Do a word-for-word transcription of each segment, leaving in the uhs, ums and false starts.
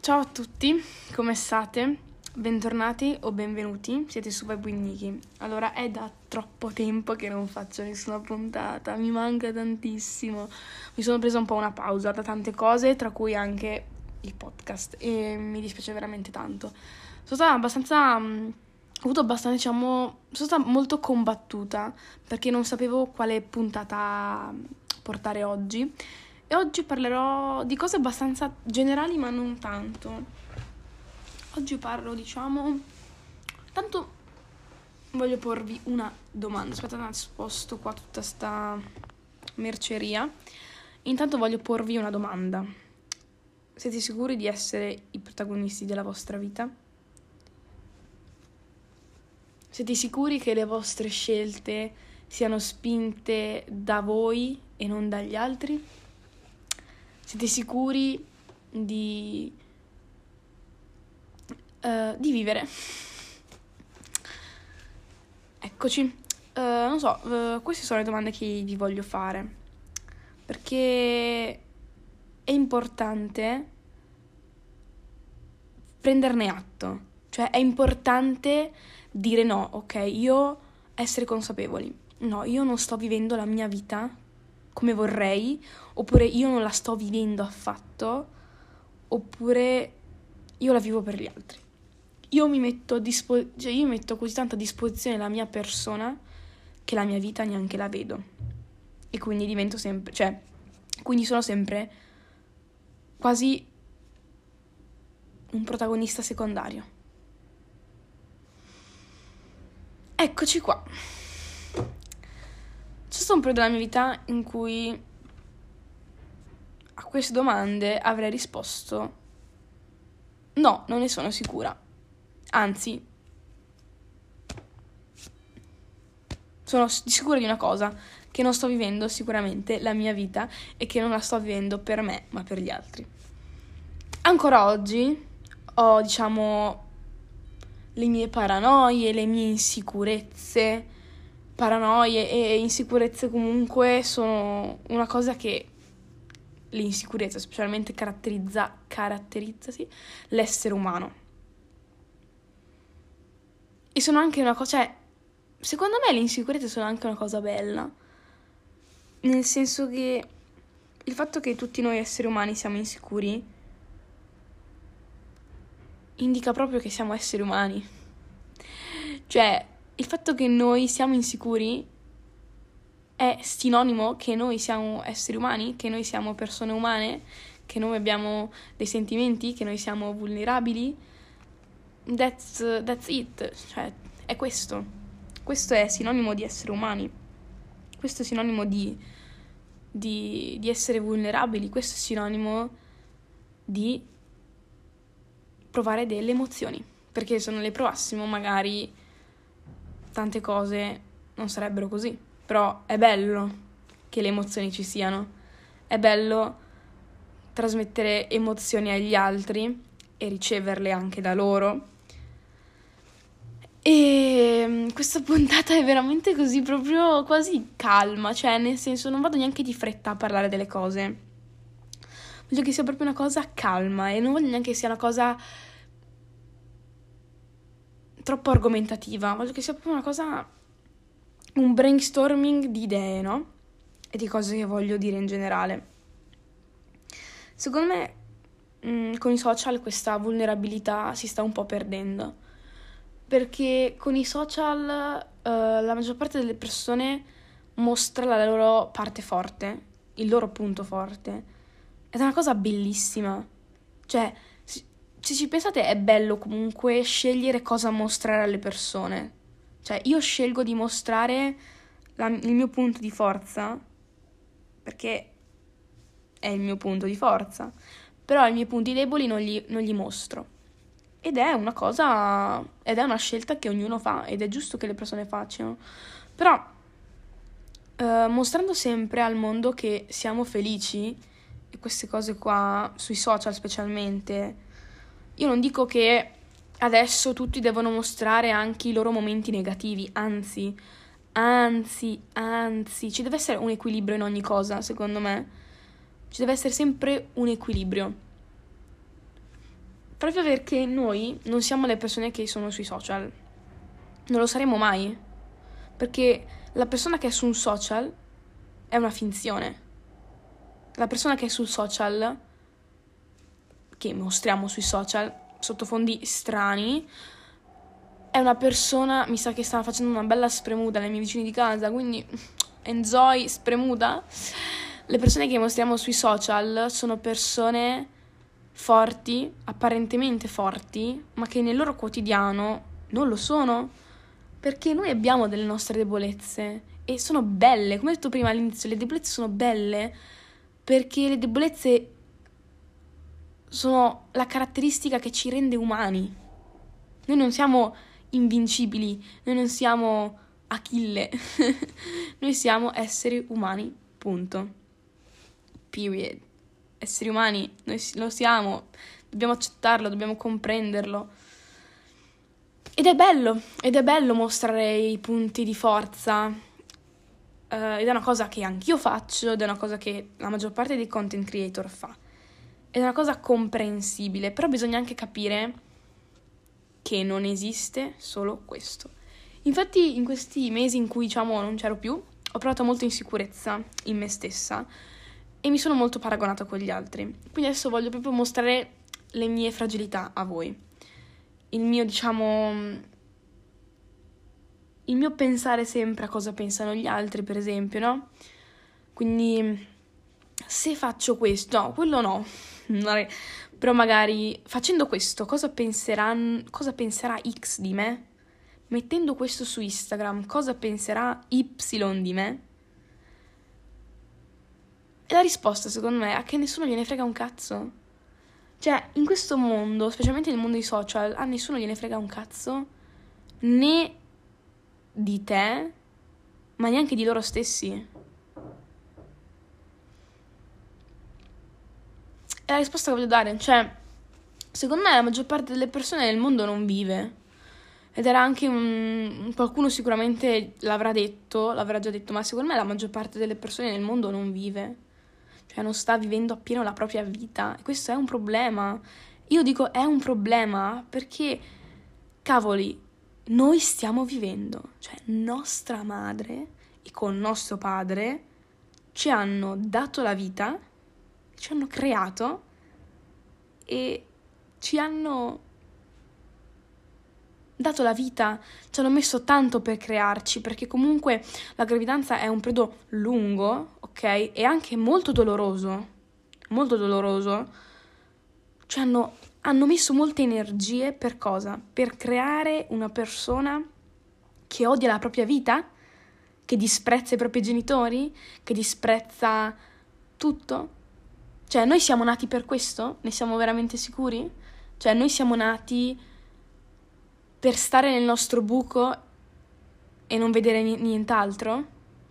Ciao a tutti, come state? Bentornati o benvenuti, siete su Webwinnichi. Allora, è da troppo tempo che non faccio nessuna puntata, mi manca tantissimo. Mi sono presa un po' una pausa da tante cose, tra cui anche il podcast, e mi dispiace veramente tanto. Sono stata abbastanza, mh, ho avuto abbastanza, diciamo, sono stata molto combattuta perché non sapevo quale puntata portare oggi. E oggi parlerò di cose abbastanza generali, ma non tanto. Oggi parlo, diciamo... Tanto voglio porvi una domanda. Aspettate, sposto qua tutta sta merceria. Intanto voglio porvi una domanda. Siete sicuri di essere i protagonisti della vostra vita? Siete sicuri che le vostre scelte siano spinte da voi e non dagli altri? Siete sicuri di, uh, di vivere? Eccoci. Uh, non so, uh, queste sono le domande che vi voglio fare. Perché è importante prenderne atto. Cioè è importante dire no, ok? Io essere consapevoli. No, io non sto vivendo la mia vita come vorrei, oppure io non la sto vivendo affatto, oppure io la vivo per gli altri. Io mi metto a dispo- cioè io metto così tanta a disposizione la mia persona che la mia vita neanche la vedo. E quindi divento sempre, cioè, quindi sono sempre quasi un protagonista secondario. Eccoci qua. C'è stato un periodo della mia vita in cui a queste domande avrei risposto no, non ne sono sicura. Anzi, sono sicura di una cosa, che non sto vivendo sicuramente la mia vita e che non la sto vivendo per me, ma per gli altri. Ancora oggi ho, diciamo, le mie paranoie, le mie insicurezze. Paranoie e insicurezze comunque sono una cosa che l'insicurezza specialmente caratterizza, caratterizza sì, l'essere umano. E sono anche una cosa, cioè, secondo me le insicurezze sono anche una cosa bella. Nel senso che il fatto che tutti noi esseri umani siamo insicuri indica proprio che siamo esseri umani. Cioè, il fatto che noi siamo insicuri è sinonimo che noi siamo esseri umani, che noi siamo persone umane, che noi abbiamo dei sentimenti, che noi siamo vulnerabili. That's, that's it. Cioè, è questo. Questo è sinonimo di essere umani. Questo è sinonimo di, di, di essere vulnerabili. Questo è sinonimo di provare delle emozioni. Perché se non le provassimo, magari tante cose non sarebbero così. Però è bello che le emozioni ci siano. È bello trasmettere emozioni agli altri e riceverle anche da loro. E questa puntata è veramente così, proprio quasi calma. Cioè, nel senso, non vado neanche di fretta a parlare delle cose. Voglio che sia proprio una cosa calma e non voglio neanche che sia una cosa troppo argomentativa. Voglio che sia proprio una cosa, un brainstorming di idee, no? E di cose che voglio dire in generale. Secondo me mh, con i social questa vulnerabilità si sta un po' perdendo, perché con i social uh, la maggior parte delle persone mostra la loro parte forte, il loro punto forte, ed è una cosa bellissima. Cioè, se, se ci pensate, è bello comunque scegliere cosa mostrare alle persone. Cioè, io scelgo di mostrare la, il mio punto di forza perché è il mio punto di forza, però i miei punti deboli non li, non li mostro. Ed è una cosa, ed è una scelta che ognuno fa, ed è giusto che le persone facciano. Però, eh, mostrando sempre al mondo che siamo felici, e queste cose qua, sui social specialmente, io non dico che adesso tutti devono mostrare anche i loro momenti negativi, anzi, anzi, anzi, ci deve essere un equilibrio in ogni cosa, secondo me. Ci deve essere sempre un equilibrio. proprio perché noi non siamo le persone che sono sui social. Non lo saremo mai. Perché la persona che è su un social è una finzione. La persona che è sul social, che mostriamo sui social, sottofondi strani, è una persona, mi sa che stanno facendo una bella spremuta nei miei vicini di casa, quindi enjoy spremuta. Le persone che mostriamo sui social sono persone forti, apparentemente forti, ma che nel loro quotidiano non lo sono, perché noi abbiamo delle nostre debolezze e sono belle, come ho detto prima all'inizio, le debolezze sono belle perché le debolezze sono la caratteristica che ci rende umani. Noi non siamo invincibili, noi non siamo Achille, noi siamo esseri umani, punto. Period. Esseri umani, noi lo siamo, dobbiamo accettarlo, dobbiamo comprenderlo. Ed è bello, ed è bello mostrare i punti di forza, uh, ed è una cosa che anch'io faccio, ed è una cosa che la maggior parte dei content creator fa. Ed è una cosa comprensibile, però bisogna anche capire che non esiste solo questo. Infatti in questi mesi in cui, diciamo, non c'ero più, ho provato molta insicurezza in me stessa e mi sono molto paragonata con gli altri. Quindi adesso voglio proprio mostrare le mie fragilità a voi. Il mio, diciamo, il mio pensare sempre a cosa pensano gli altri, per esempio, no? Quindi se faccio questo, no, quello no, però magari facendo questo, cosa penseranno, cosa penserà X di me? Mettendo questo su Instagram, cosa penserà Y di me? E la risposta, secondo me, è che nessuno gliene frega un cazzo. Cioè, in questo mondo, specialmente nel mondo dei social, a nessuno gliene frega un cazzo, né di te, ma neanche di loro stessi. È la risposta che voglio dare, cioè, secondo me la maggior parte delle persone nel mondo non vive. Ed era anche un... qualcuno sicuramente l'avrà detto, l'avrà già detto, ma secondo me la maggior parte delle persone nel mondo non vive. Cioè non sta vivendo appieno la propria vita. E questo è un problema. Io dico è un problema perché, cavoli, noi stiamo vivendo. Cioè nostra madre e con nostro padre ci hanno dato la vita, ci hanno creato e ci hanno dato la vita, ci hanno messo tanto per crearci, perché comunque la gravidanza è un periodo lungo, ok? E anche molto doloroso, molto doloroso. Ci hanno, hanno messo molte energie per cosa? Per creare una persona che odia la propria vita, che disprezza i propri genitori, che disprezza tutto. Cioè, noi siamo nati per questo? Ne siamo veramente sicuri? Cioè, noi siamo nati per stare nel nostro buco e non vedere n- nient'altro?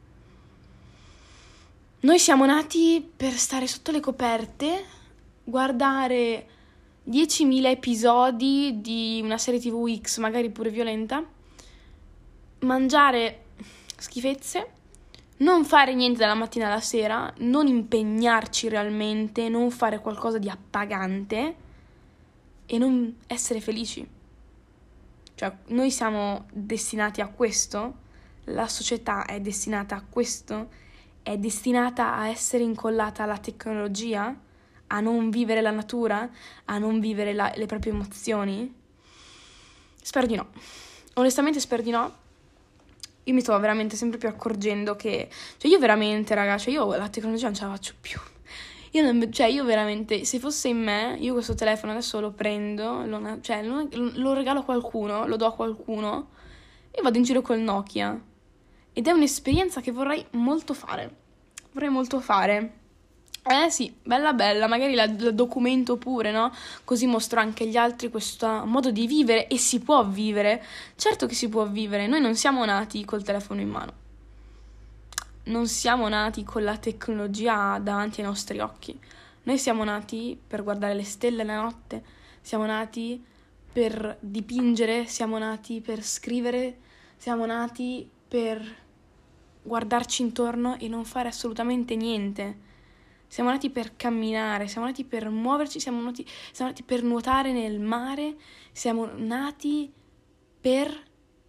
Noi siamo nati per stare sotto le coperte, guardare diecimila episodi di una serie tivù X, magari pure violenta, mangiare schifezze, non fare niente dalla mattina alla sera, non impegnarci realmente, non fare qualcosa di appagante e non essere felici. Cioè, noi siamo destinati a questo, la società è destinata a questo, è destinata a essere incollata alla tecnologia, a non vivere la natura, a non vivere la, le proprie emozioni? Spero di no. Onestamente spero di no. Io mi sto veramente sempre più accorgendo che, cioè io veramente, raga, cioè io la tecnologia non ce la faccio più. Io non, cioè io veramente, se fosse in me, io questo telefono adesso lo prendo, lo, cioè lo, lo regalo a qualcuno, lo do a qualcuno e vado in giro col Nokia. Ed è un'esperienza che vorrei molto fare. Vorrei molto fare. Eh sì, bella bella, magari la, la documento pure, no? Così mostro anche agli altri questo modo di vivere e si può vivere. Certo che si può vivere, noi non siamo nati col telefono in mano. Non siamo nati con la tecnologia davanti ai nostri occhi. Noi siamo nati per guardare le stelle la notte, siamo nati per dipingere, siamo nati per scrivere, siamo nati per guardarci intorno e non fare assolutamente niente. siamo nati per camminare, siamo nati per muoverci, siamo nati, siamo nati per nuotare nel mare, siamo nati per...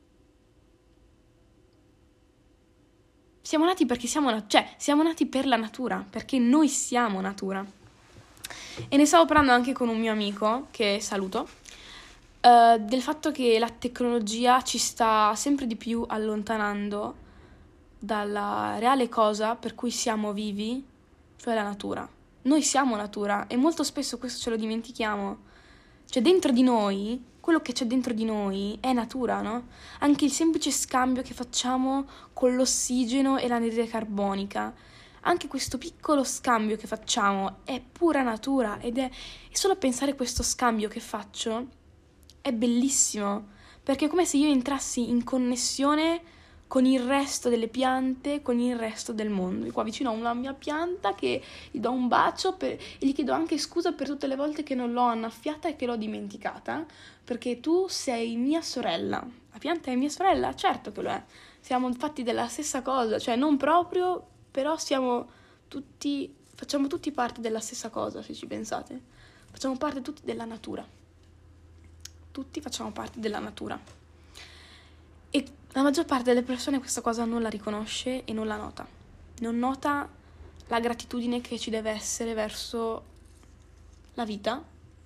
Siamo nati perché siamo, cioè, siamo nati per la natura, perché noi siamo natura. E ne stavo parlando anche con un mio amico, che saluto, uh, del fatto che la tecnologia ci sta sempre di più allontanando dalla reale cosa per cui siamo vivi, cioè la natura. Noi siamo natura e molto spesso questo ce lo dimentichiamo. Cioè dentro di noi, quello che c'è dentro di noi è natura, no? Anche il semplice scambio che facciamo con l'ossigeno e l'anidride carbonica, anche questo piccolo scambio che facciamo è pura natura ed è, e solo a pensare a questo scambio che faccio è bellissimo, perché è come se io entrassi in connessione con il resto delle piante, con il resto del mondo. Io qua vicino ho una mia pianta che gli do un bacio per, e gli chiedo anche scusa per tutte le volte che non l'ho annaffiata e che l'ho dimenticata, perché tu sei mia sorella. La pianta è mia sorella? Certo che lo è. Siamo fatti della stessa cosa, cioè non proprio, però siamo tutti, facciamo tutti parte della stessa cosa, se ci pensate. Facciamo parte tutti della natura. Tutti facciamo parte della natura. E la maggior parte delle persone questa cosa non la riconosce e non la nota. Non nota la gratitudine che ci deve essere verso la vita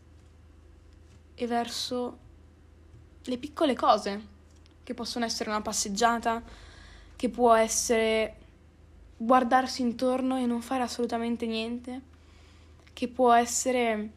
e verso le piccole cose, che possono essere una passeggiata, che può essere guardarsi intorno e non fare assolutamente niente, che può essere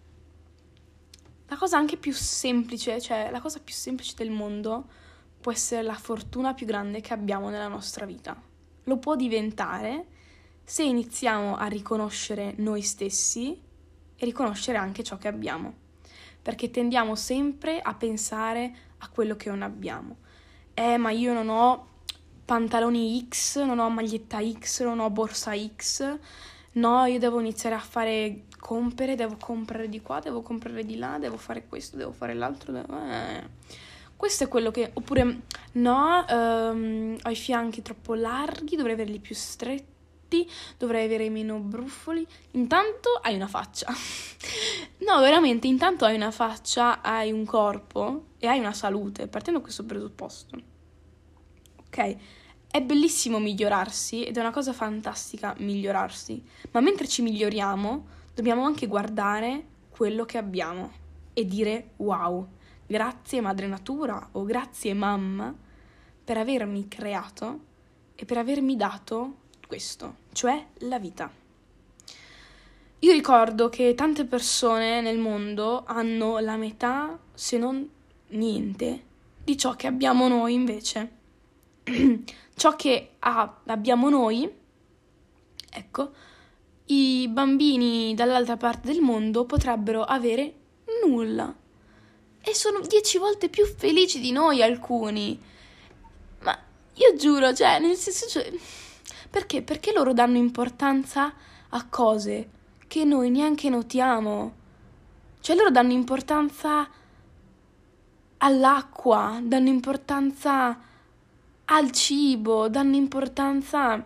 la cosa anche più semplice, cioè la cosa più semplice del mondo può essere la fortuna più grande che abbiamo nella nostra vita. Lo può diventare se iniziamo a riconoscere noi stessi e riconoscere anche ciò che abbiamo, perché tendiamo sempre a pensare a quello che non abbiamo. Eh, ma io non ho pantaloni X, non ho maglietta X, non ho borsa X, no, io devo iniziare a fare compere, devo comprare di qua, devo comprare di là, devo fare questo, devo fare l'altro, devo... Eh. Questo è quello che... Oppure, no, um, ho i fianchi troppo larghi, dovrei averli più stretti, dovrei avere meno bruffoli. Intanto hai una faccia. No, veramente, intanto hai una faccia, hai un corpo e hai una salute, partendo da questo presupposto. Ok? È bellissimo migliorarsi ed è una cosa fantastica migliorarsi, ma mentre ci miglioriamo dobbiamo anche guardare quello che abbiamo e dire wow. Grazie madre natura o grazie mamma per avermi creato e per avermi dato questo, cioè la vita. Io ricordo che tante persone nel mondo hanno la metà, se non niente, di ciò che abbiamo noi invece. Ciò che ha, abbiamo noi, ecco, i bambini dall'altra parte del mondo potrebbero avere nulla. E sono dieci volte più felici di noi alcuni. Ma io giuro, cioè, nel senso... Cioè, perché? Perché loro danno importanza a cose che noi neanche notiamo. Cioè, loro danno importanza all'acqua, danno importanza al cibo, danno importanza...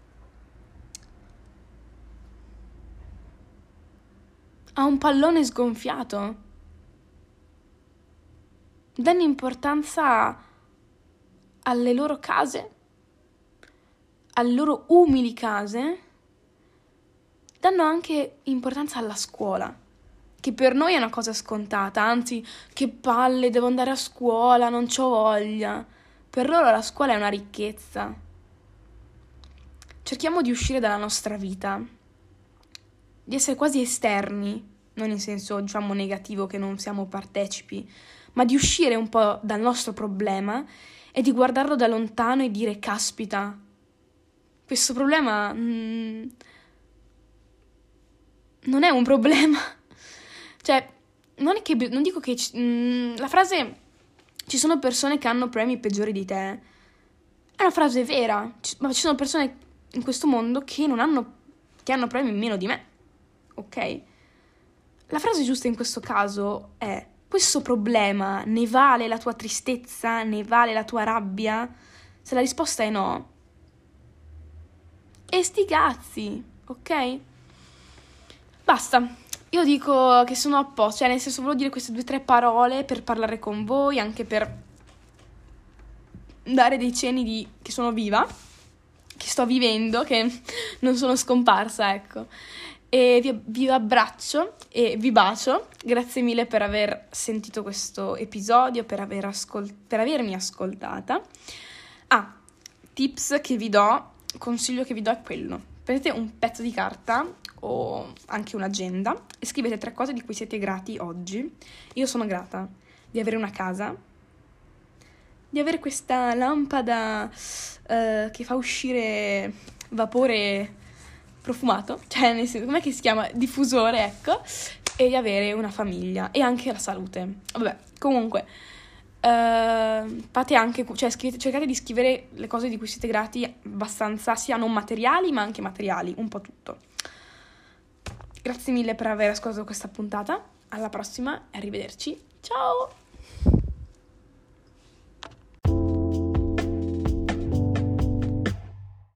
a un pallone sgonfiato. Danno importanza alle loro case, alle loro umili case, danno anche importanza alla scuola, che per noi è una cosa scontata, anzi, che palle, devo andare a scuola, non c'ho voglia. Per loro la scuola è una ricchezza. Cerchiamo di uscire dalla nostra vita, di essere quasi esterni, non in senso, diciamo, negativo, che non siamo partecipi, ma di uscire un po' dal nostro problema e di guardarlo da lontano e dire, caspita, questo problema mm, non è un problema. Cioè, non è che, non dico che, mm, la frase, ci sono persone che hanno problemi peggiori di te, è una frase vera, ma ci sono persone in questo mondo che non hanno, che hanno problemi meno di me, ok? La frase giusta in questo caso è: questo problema ne vale la tua tristezza? Ne vale la tua rabbia? Se la risposta è no, e sti cazzi, ok? basta. Io dico che sono a posto, cioè nel senso volevo dire queste due o tre parole per parlare con voi, anche per dare dei cenni di che sono viva, che sto vivendo, che non sono scomparsa, ecco. E vi, vi abbraccio e vi bacio. Grazie mille per aver sentito questo episodio, per, aver ascol- per avermi ascoltata. Ah, tips che vi do, consiglio che vi do è quello. Prendete un pezzo di carta o anche un'agenda e scrivete tre cose di cui siete grati oggi. Io sono grata di avere una casa, di avere questa lampada eh, che fa uscire vapore profumato, cioè nel senso, com'è che si chiama? Diffusore, ecco, e di avere una famiglia e anche la salute. Vabbè, comunque, eh, fate anche, cioè scrivete, cercate di scrivere le cose di cui siete grati abbastanza, sia non materiali ma anche materiali, un po' tutto. Grazie mille per aver ascoltato questa puntata, alla prossima e arrivederci, ciao!